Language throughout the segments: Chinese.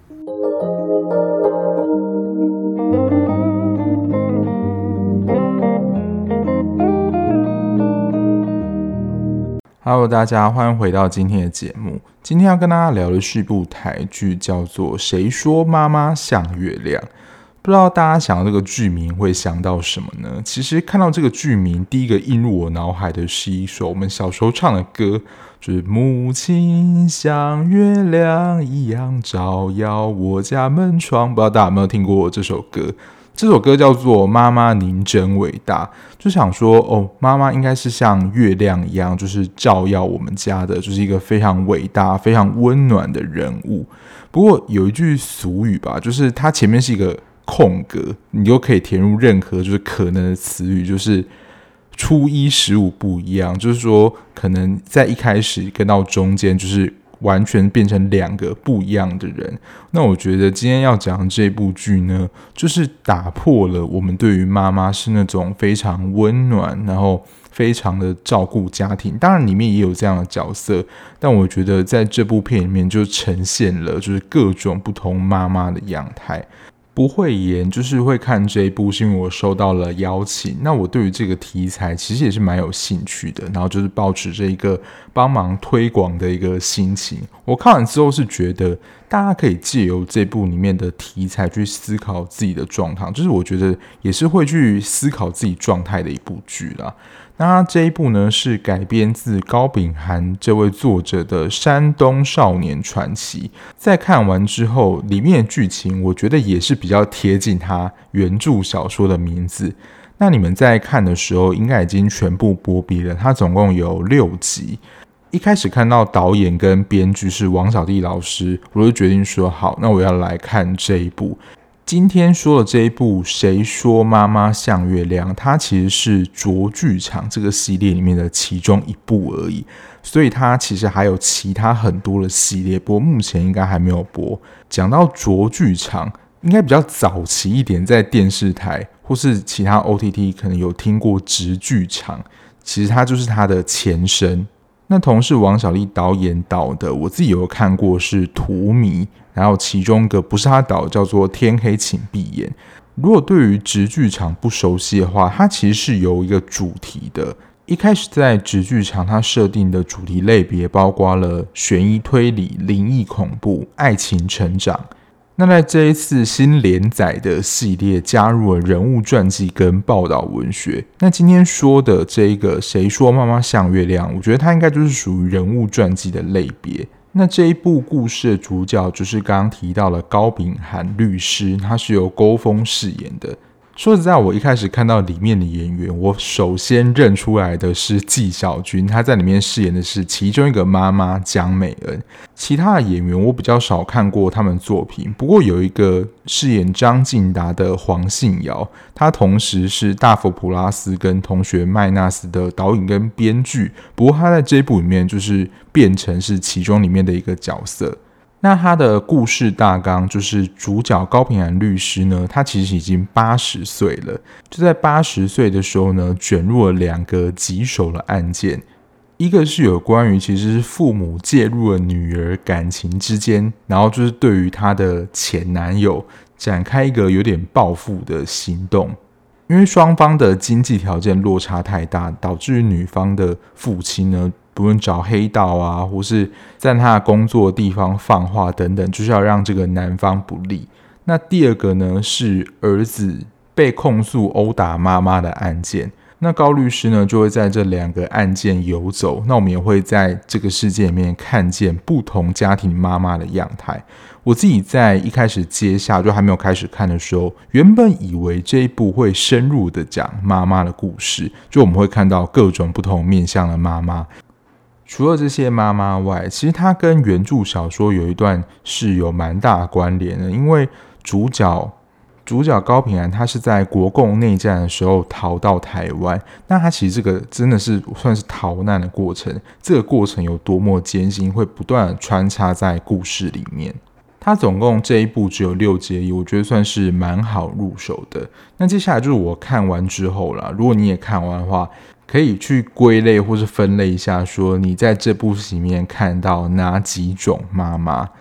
Hello， 大家欢迎回到今天的节目。今天要跟大家聊的是一部台剧，叫做《谁说妈妈像月亮》。不知道大家想到这个剧名会想到什么呢？其实看到这个剧名，第一个映入我脑海的是一首我们小时候唱的歌，就是母亲像月亮一样照耀我家门窗。不知道大家有没有听过这首歌？这首歌叫做《妈妈您真伟大》，就想说妈妈应该是像月亮一样，就是照耀我们家的，就是一个非常伟大、非常温暖的人物。不过有一句俗语吧，就是它前面是一个空格，你就可以填入任何就是可能的词语，就是初一十五不一样，就是说可能在一开始跟到中间就是完全变成两个不一样的人。那我觉得今天要讲的这部剧呢，就是打破了我们对于妈妈是那种非常温暖，然后非常的照顾家庭，当然里面也有这样的角色，但我觉得在这部片里面就呈现了就是各种不同妈妈的样态。不会演就是会看这一部，是因为我收到了邀请。那我对于这个题材其实也是蛮有兴趣的，然后就是抱持着一个帮忙推广的一个心情。我看完之后是觉得大家可以借由这部里面的题材去思考自己的状态，就是我觉得也是会去思考自己状态的一部剧啦。那这一部呢是改编自高秉涵这位作者的《山东少年传奇》。在看完之后，里面的剧情我觉得也是比较贴近他原著小说的名字。那你们在看的时候应该已经全部播毕了，它总共有6集。一开始看到导演跟编剧是王小弟老师，我就决定说好，那我要来看这一部。今天说的这一部《谁说妈妈像月亮》，它其实是卓剧场这个系列里面的其中一部而已，所以它其实还有其他很多的系列，不过目前应该还没有播。讲到卓剧场，应该比较早期一点，在电视台或是其他 OTT 可能有听过直剧场，其实它就是它的前身。那同是王小利导演导的，我自己有看过是《荼蘼》，然后其中一个不是他导叫做《天黑请闭眼》。如果对于直剧场不熟悉的话，它其实是有一个主题的。一开始在直剧场，它设定的主题类别包括了悬疑推理、灵异恐怖、爱情成长。那在这一次新连载的系列加入了人物传记跟报道文学。那今天说的这一个谁说妈妈像月亮，我觉得它应该就是属于人物传记的类别。那这一部故事的主角就是刚刚提到了高秉涵律师，他是由勾峰饰演的。说实在，我一开始看到里面的演员，我首先认出来的是纪晓君，他在里面饰演的是其中一个妈妈蒋美恩。其他的演员我比较少看过他们作品，不过有一个饰演张晋达的黄信尧，他同时是大佛普拉斯跟同学麦纳斯的导演跟编剧，不过他在这一部里面就是变成是其中里面的一个角色。那他的故事大纲就是主角高秉涵律师呢，他其实已经80岁了，就在80岁的时候呢，卷入了2个棘手的案件。一个是有关于其实是父母介入了女儿感情之间，然后就是对于他的前男友展开一个有点报复的行动。因为双方的经济条件落差太大，导致于女方的父亲呢，不论找黑道啊，或是在他的工作的地方放话等等，就是要让这个男方不利。那第二个呢，是儿子被控诉殴打妈妈的案件。那高律师呢，就会在这2个案件游走。那我们也会在这个事件里面看见不同家庭妈妈的样态。我自己在一开始接下就还没有开始看的时候，原本以为这一部会深入的讲妈妈的故事，就我们会看到各种不同面向的妈妈。除了这些妈妈外，其实它跟原著小说有一段是有蛮大的关联的，因为主角高秉涵他是在国共内战的时候逃到台湾，那他其实这个真的是算是逃难的过程，这个过程有多么艰辛，会不断的穿插在故事里面。它总共这一部只有6集而已，我觉得算是蛮好入手的。那接下来就是我看完之后啦，如果你也看完的话，可以去归类或是分类一下，说你在这部戏里面看到哪几种妈妈。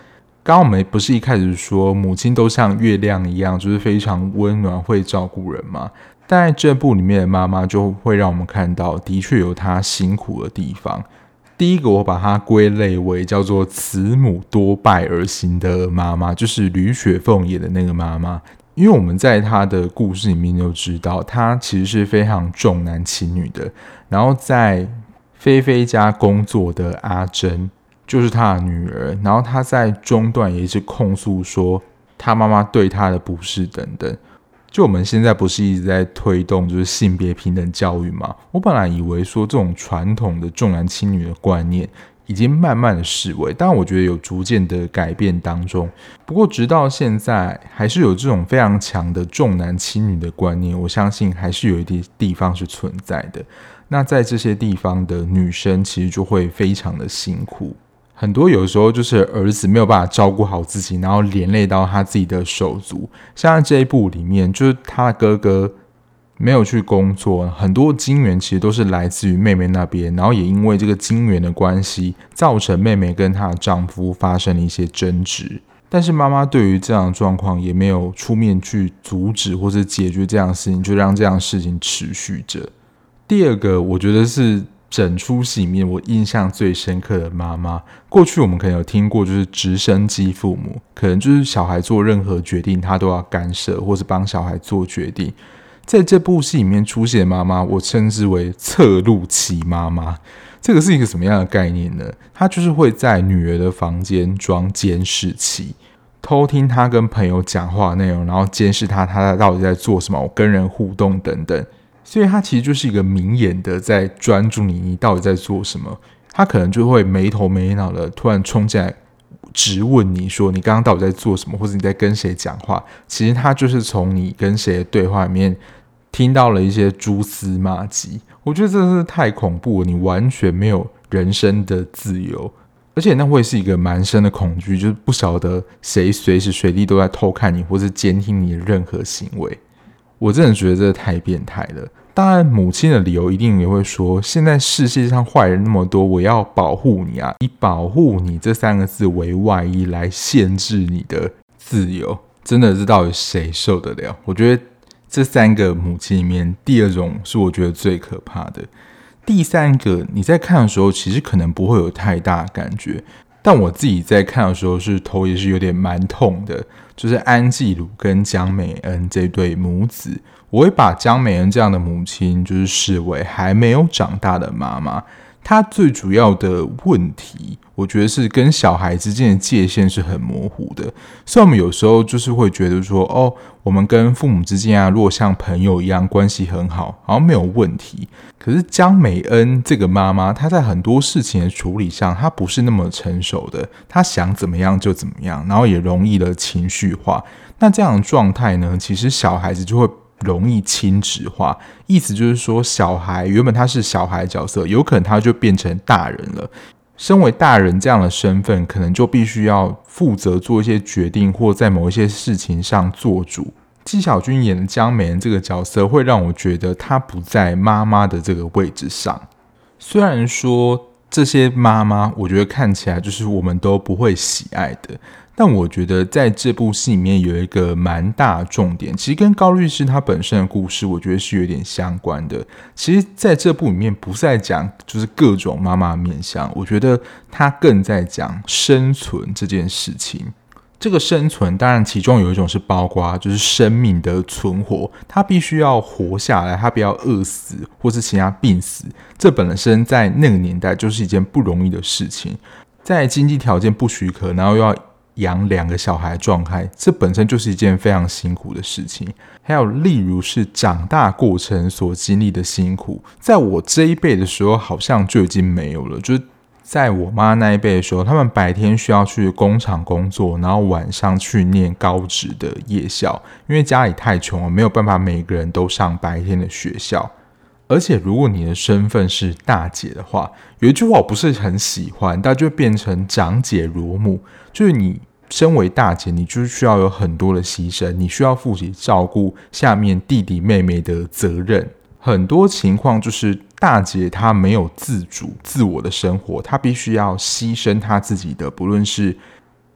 刚刚我们不是一开始说母亲都像月亮一样，就是非常温暖，会照顾人吗？但在这部里面的妈妈就会让我们看到，的确有她辛苦的地方。第一个，我把它归类为叫做慈母多败儿型的妈妈，就是吕雪凤演的那个妈妈。因为我们在她的故事里面就知道，她其实是非常重男轻女的。然后在菲菲家工作的阿珍，就是她的女儿，然后她在中段也一直控诉说她妈妈对她的不是等等。就我们现在不是一直在推动就是性别平等教育吗？我本来以为说这种传统的重男轻女的观念已经慢慢的式微，但我觉得有逐渐的改变当中。不过直到现在还是有这种非常强的重男轻女的观念，我相信还是有一些地方是存在的。那在这些地方的女生其实就会非常的辛苦，很多有时候就是儿子没有办法照顾好自己，然后连累到他自己的手足。像在这一部里面，就是他的哥哥没有去工作，很多金源其实都是来自于妹妹那边，然后也因为这个金源的关系，造成妹妹跟她的丈夫发生了一些争执。但是妈妈对于这样的状况也没有出面去阻止或者解决这样的事情，就让这样的事情持续着。第二个，我觉得是整出戏里面我印象最深刻的妈妈。过去我们可能有听过，就是直升机父母，可能就是小孩做任何决定，他都要干涉，或是帮小孩做决定。在这部戏里面出现的妈妈，我称之为侧录器妈妈。这个是一个什么样的概念呢？她就是会在女儿的房间装监视器，偷听她跟朋友讲话的内容，然后监视她到底在做什么，跟人互动等等。所以他其实就是一个明眼的在专注你到底在做什么。他可能就会没头没脑的突然冲进来质问你说你刚刚到底在做什么，或者你在跟谁讲话。其实他就是从你跟谁的对话里面听到了一些蛛丝马迹。我觉得这是太恐怖了，你完全没有人生的自由，而且那会是一个蛮深的恐惧，就是不晓得谁随时随地都在偷看你，或是监听你的任何行为。我真的觉得这太变态了。当然母亲的理由一定也会说，现在世界上坏人那么多，我要保护你啊，以保护你这三个字为外衣来限制你的自由。真的是到底谁受得了？我觉得这三个母亲里面，第二种是我觉得最可怕的。第三个你在看的时候其实可能不会有太大的感觉，但我自己在看的时候是头也是有点蛮痛的。就是安纪鲁跟江美恩这对母子，我会把江美恩这样的母亲就是视为还没有长大的妈妈。她最主要的问题，我觉得是跟小孩之间的界限是很模糊的。所以我们有时候就是会觉得说，我们跟父母之间啊，如果像朋友一样关系很好，好像没有问题。可是江美恩这个妈妈，她在很多事情的处理上，她不是那么成熟的，她想怎么样就怎么样，然后也容易的情绪化。那这样的状态呢，其实小孩子就会容易亲职化，意思就是说，小孩原本他是小孩角色，有可能他就变成大人了。身为大人这样的身份，可能就必须要负责做一些决定，或在某一些事情上做主。纪晓君演的江美恩这个角色，会让我觉得她不在妈妈的这个位置上。虽然说这些妈妈，我觉得看起来就是我们都不会喜爱的，但我觉得在这部戏里面有一个蛮大的重点，其实跟高律师他本身的故事，我觉得是有点相关的。其实在这部里面不是在讲就是各种妈妈的面向，我觉得他更在讲生存这件事情。这个生存当然其中有一种是包括就是生命的存活，他必须要活下来，他不要饿死或是其他病死，这本身在那个年代就是一件不容易的事情。在经济条件不许可，然后又要养2个小孩的状态，这本身就是一件非常辛苦的事情。还有例如是长大过程所经历的辛苦，在我这一辈的时候好像就已经没有了，就是在我妈那一辈的时候，他们白天需要去工厂工作，然后晚上去念高职的夜校，因为家里太穷了，没有办法每个人都上白天的学校。而且如果你的身份是大姐的话，有一句话我不是很喜欢，但就会变成长姐如母，就是你身为大姐，你就需要有很多的牺牲，你需要负起照顾下面弟弟妹妹的责任。很多情况就是大姐她没有自主自我的生活，她必须要牺牲她自己的不论是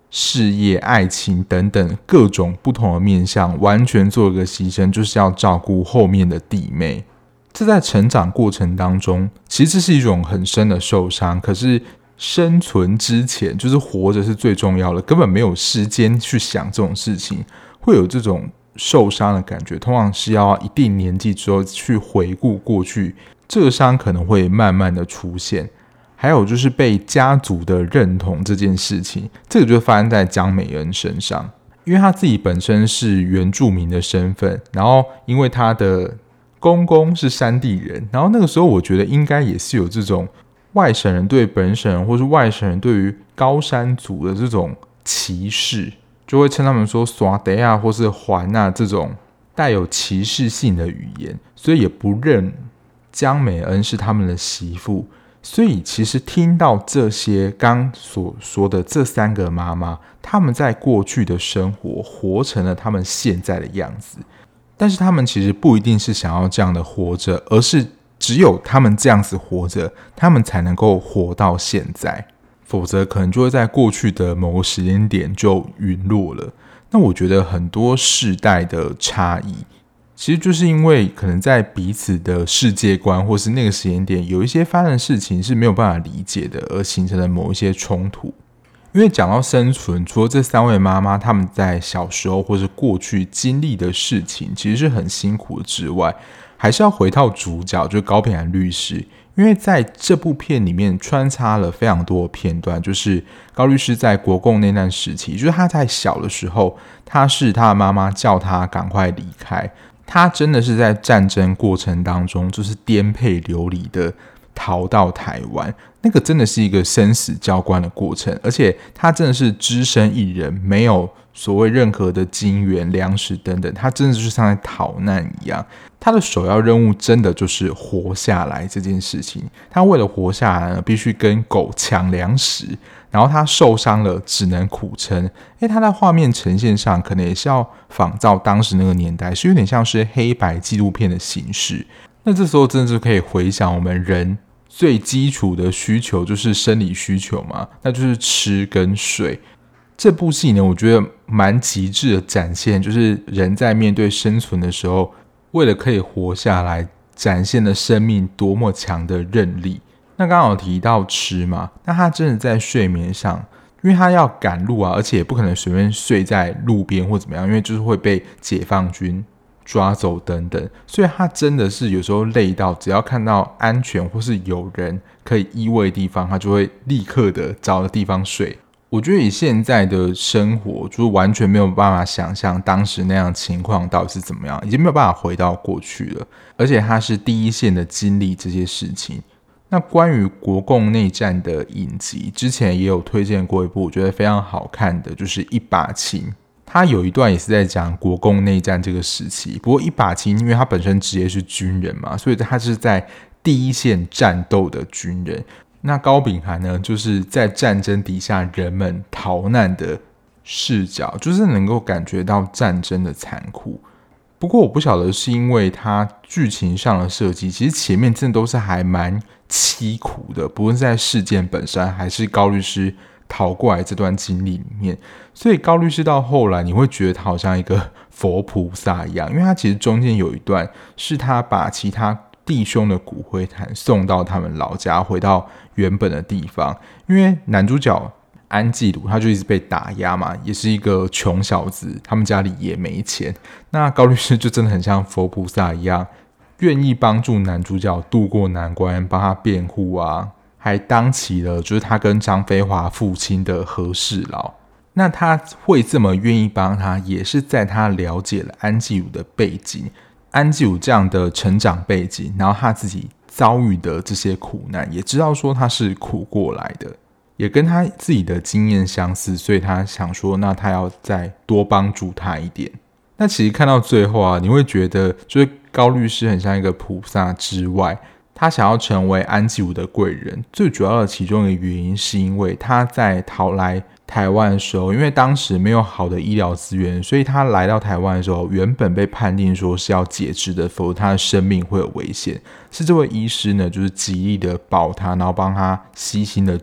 事业、爱情等等各种不同的面向，完全做一个牺牲，就是要照顾后面的弟妹。这在成长过程当中，其实是一种很深的受伤。可是生存之前，就是活着是最重要的，根本没有时间去想这种事情，会有这种受伤的感觉。通常是要一定年纪之后去回顾过去，这个伤可能会慢慢的出现。还有就是被家族的认同这件事情，这个就发生在江美恩身上，因为他自己本身是原住民的身份，然后因为他的公公是山地人，然后那个时候我觉得应该也是有这种外省人对本省人，或是外省人对于高山族的这种歧视，就会称他们说耍得啊或是还啊这种带有歧视性的语言，所以也不认江美恩是他们的媳妇。所以其实听到这些刚所说的这3个妈妈，他们在过去的生活活成了他们现在的样子，但是他们其实不一定是想要这样的活着，而是只有他们这样子活着，他们才能够活到现在，否则可能就会在过去的某个时间点就陨落了。那我觉得很多世代的差异，其实就是因为可能在彼此的世界观或是那个时间点有一些发生的事情是没有办法理解的，而形成了某一些冲突。因为讲到生存，除了这3位妈妈他们在小时候或是过去经历的事情其实是很辛苦的之外，还是要回到主角，就是高品涵律师。因为在这部片里面穿插了非常多的片段，就是高律师在国共内战时期，就是他在小的时候，他是他的妈妈叫他赶快离开，他真的是在战争过程当中就是颠沛流离的逃到台湾，那个真的是一个生死交关的过程，而且他真的是只身一人，没有所谓任何的金援、粮食等等，他真的就像在逃难一样。他的首要任务真的就是活下来这件事情。他为了活下来呢，必须跟狗抢粮食，然后他受伤了，只能苦撑。他在画面呈现上可能也是要仿照当时那个年代，是有点像是黑白纪录片的形式。那这时候真的是可以回想我们人最基础的需求就是生理需求嘛，那就是吃跟睡。这部戏呢，我觉得蛮极致的展现，就是人在面对生存的时候，为了可以活下来，展现了生命多么强的韧力。那刚刚有提到吃嘛，那他真的在睡眠上，因为他要赶路啊，而且也不可能随便睡在路边或怎么样，因为就是会被解放军抓走等等，所以他真的是有时候累到，只要看到安全或是有人可以依偎的地方，他就会立刻的找个地方睡。我觉得以现在的生活，就是完全没有办法想象当时那样的情况到底是怎么样，已经没有办法回到过去了。而且他是第一线的经历这些事情。那关于国共内战的影集，之前也有推荐过一部我觉得非常好看的，就是《一把青》。他有一段也是在讲国共内战这个时期，不过一把青因为他本身职业是军人嘛，所以他是在第一线战斗的军人。那高秉涵呢，就是在战争底下人们逃难的视角，就是能够感觉到战争的残酷。不过我不晓得是因为他剧情上的设计，其实前面真的都是还蛮凄苦的，不论是在事件本身还是高律师逃过来这段经历里面，所以高律师到后来你会觉得他好像一个佛菩萨一样，因为他其实中间有一段是他把其他弟兄的骨灰坛送到他们老家，回到原本的地方。因为男主角安纪鲁他就一直被打压嘛，也是一个穷小子，他们家里也没钱。那高律师就真的很像佛菩萨一样，愿意帮助男主角渡过难关，帮他辩护啊，还当起了就是他跟张飞华父亲的和事佬。那他会这么愿意帮他，也是在他了解了安纪鲁的背景，安纪鲁这样的成长背景，然后他自己遭遇的这些苦难，也知道说他是苦过来的，也跟他自己的经验相似，所以他想说那他要再多帮助他一点。那其实看到最后啊，你会觉得就是高律师很像一个菩萨之外，他想要成为安纪鲁的贵人，最主要的其中一个原因是因为他在逃来台湾的时候，因为当时没有好的医疗资源，所以他来到台湾的时候，原本被判定说是要截肢的，否则他的生命会有危险。是这位医师呢，就是极力的保他，然后帮他悉心的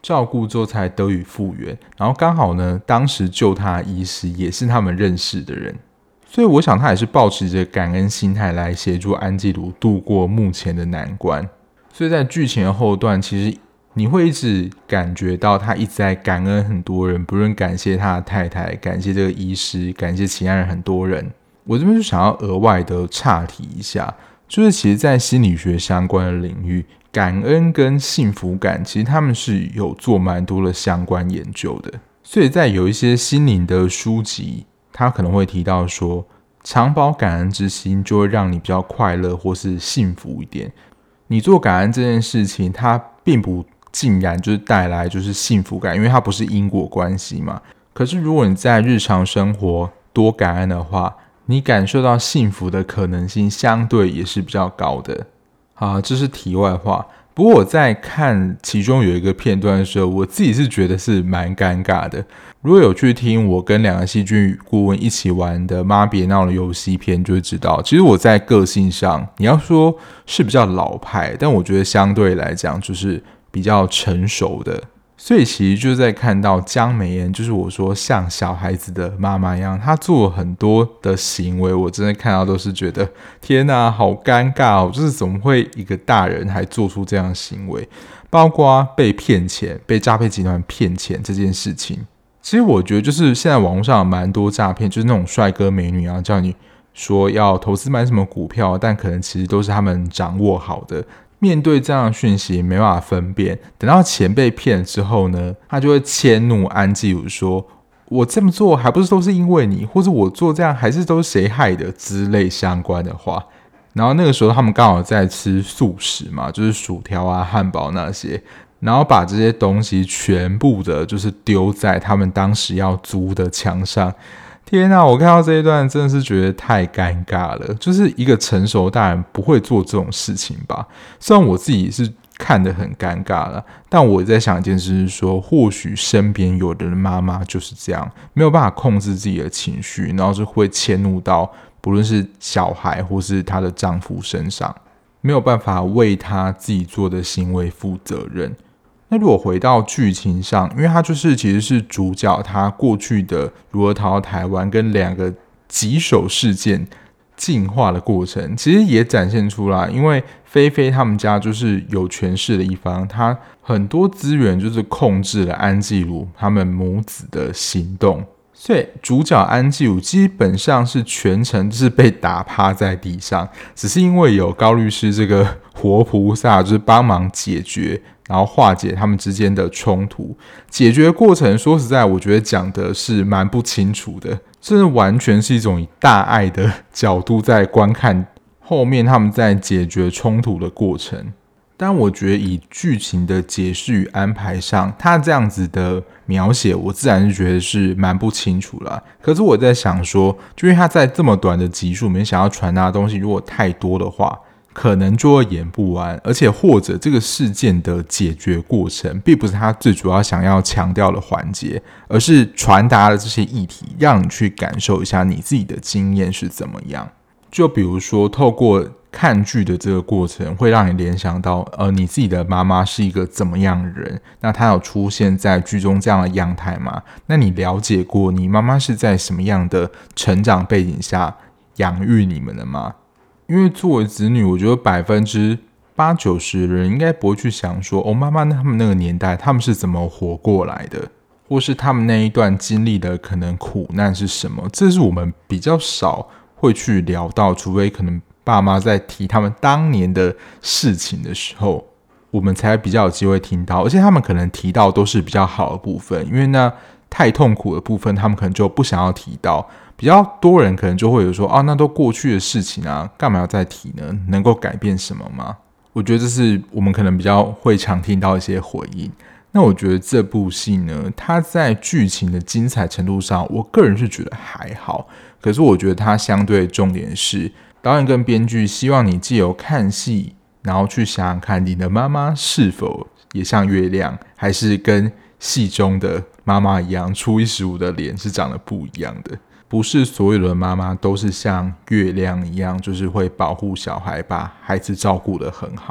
照顾之后才得以复原。然后刚好呢，当时救他的医师也是他们认识的人，所以我想他也是抱持着感恩心态来协助安吉鲁度过目前的难关。所以在剧情的后段，其实你会一直感觉到他一直在感恩很多人，不论感谢他的太太，感谢这个医师，感谢其他人很多人。我这边就想要额外的岔题一下，就是其实在心理学相关的领域，感恩跟幸福感其实他们是有做蛮多的相关研究的。所以在有一些心灵的书籍，他可能会提到说，常保感恩之心就会让你比较快乐或是幸福一点。你做感恩这件事情，它并不尽然就是带来就是幸福感，因为它不是因果关系嘛。可是如果你在日常生活多感恩的话，你感受到幸福的可能性相对也是比较高的。好，这是题外话。不过我在看其中有一个片段的时候，我自己是觉得是蛮尴尬的。如果有去听我跟2个细菌顾问一起玩的妈别闹的游戏片，就会知道，其实我在个性上，你要说是比较老派，但我觉得相对来讲就是比较成熟的。所以其实就是在看到江美妍，就是我说像小孩子的妈妈一样，她做了很多的行为，我真的看到都是觉得天哪，好尴尬哦！就是怎么会一个大人还做出这样的行为？包括被骗钱、被诈骗集团骗钱这件事情，其实我觉得就是现在网络上有蛮多诈骗，就是那种帅哥美女啊，叫你说要投资买什么股票，但可能其实都是他们掌握好的。面对这样的讯息没办法分辨，等到钱被骗了之后呢，他就会迁怒安吉鲁说，我这么做还不是都是因为你，或者我做这样还是都是谁害的之类相关的话。然后那个时候他们刚好在吃素食嘛，就是薯条啊汉堡那些，然后把这些东西全部的就是丢在他们当时要租的墙上。天啊，我看到这一段真的是觉得太尴尬了，就是一个成熟大人不会做这种事情吧。虽然我自己是看得很尴尬了，但我在想一件事是说，或许身边有的人妈妈就是这样，没有办法控制自己的情绪，然后就会迁怒到不论是小孩或是她的丈夫身上，没有办法为她自己做的行为负责任。那如果回到剧情上，因为他就是其实是主角，他过去的如何逃到台湾，跟2个棘手事件进化的过程，其实也展现出来。因为菲菲他们家就是有权势的一方，他很多资源就是控制了安吉鲁他们母子的行动，所以主角安吉鲁基本上是全程就是被打趴在地上，只是因为有高律师这个活菩萨就是帮忙解决。然后化解他们之间的冲突，解决过程说实在，我觉得讲的是蛮不清楚的，甚至完全是一种以大爱的角度在观看后面他们在解决冲突的过程。但我觉得以剧情的解释与安排上，他这样子的描写，我自然是觉得是蛮不清楚啦。可是我在想说，就因为他在这么短的集数里面想要传达的东西，如果太多的话，可能就会演不完，而且或者这个事件的解决过程并不是他最主要想要强调的环节，而是传达了这些议题，让你去感受一下你自己的经验是怎么样。就比如说透过看剧的这个过程，会让你联想到你自己的妈妈是一个怎么样的人，那她有出现在剧中这样的样态吗？那你了解过你妈妈是在什么样的成长背景下养育你们的吗？因为作为子女，我觉得80%-90%的人应该不会去想说，妈妈他们那个年代他们是怎么活过来的，或是他们那一段经历的可能苦难是什么，这是我们比较少会去聊到，除非可能爸妈在提他们当年的事情的时候，我们才比较有机会听到，而且他们可能提到都是比较好的部分，因为那太痛苦的部分他们可能就不想要提到。比较多人可能就会有说，那都过去的事情啊，干嘛要再提呢？能够改变什么吗？我觉得这是我们可能比较会常听到一些回应。那我觉得这部戏呢，它在剧情的精彩程度上，我个人是觉得还好。可是我觉得它相对的重点是，导演跟编剧希望你藉由看戏，然后去想想看，你的妈妈是否也像月亮，还是跟戏中的妈妈一样，初一十五的脸是长得不一样的。不是所有的妈妈都是像月亮一样，就是会保护小孩，把孩子照顾得很好。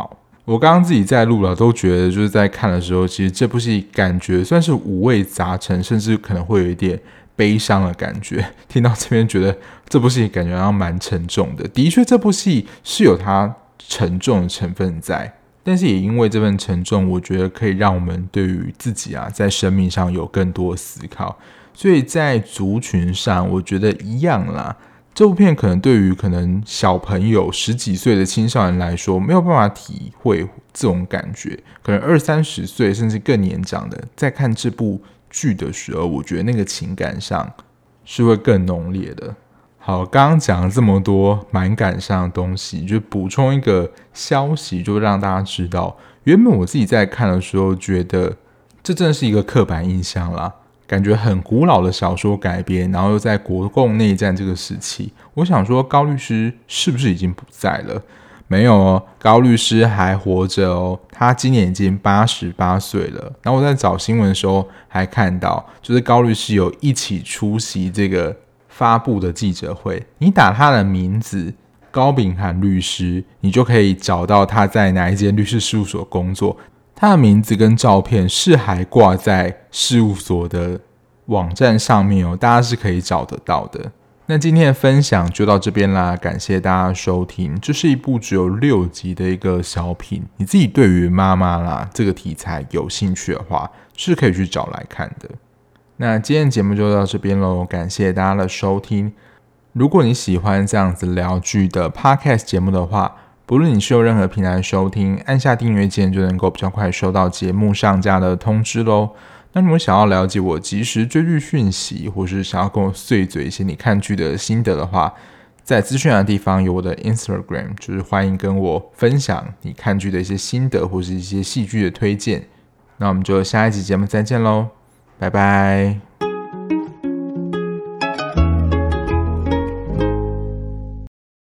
我刚刚自己在录了，都觉得就是在看的时候，其实这部戏感觉算是五味杂陈，甚至可能会有一点悲伤的感觉。听到这边觉得这部戏感觉好像蛮沉重的，的确这部戏是有它沉重的成分在，但是也因为这份沉重，我觉得可以让我们对于自己在生命上有更多的思考。所以在族群上，我觉得一样啦。这部片可能对于可能小朋友10几岁的青少年来说，没有办法体会这种感觉。可能20-30岁甚至更年长的，在看这部剧的时候，我觉得那个情感上是会更浓烈的。好，刚刚讲了这么多蛮感伤的东西，就补充一个消息，就让大家知道，原本我自己在看的时候，觉得这真的是一个刻板印象啦。感觉很古老的小说改编，然后又在国共内战这个时期，我想说高律师是不是已经不在了？没有哦，高律师还活着哦，他今年已经88岁了。然后我在找新闻的时候还看到，就是高律师有一起出席这个发布的记者会。你打他的名字高秉涵律师，你就可以找到他在哪一间律师事务所工作。他的名字跟照片是还挂在事务所的网站上面哦，大家是可以找得到的。那今天的分享就到这边啦，感谢大家收听。这是一部只有6集的一个小品，你自己对于妈妈啦这个题材有兴趣的话，是可以去找来看的。那今天的节目就到这边咯，感谢大家的收听。如果你喜欢这样子聊剧的 podcast 节目的话，不论你是用任何平台收听，按下订阅键就能够比较快收到节目上架的通知咯。那如果想要了解我即时追剧讯息，或是想要跟我碎嘴一些你看剧的心得的话，在资讯栏的地方有我的 Instagram， 就是欢迎跟我分享你看剧的一些心得或是一些戏剧的推荐。那我们就下一集节目再见咯，拜拜。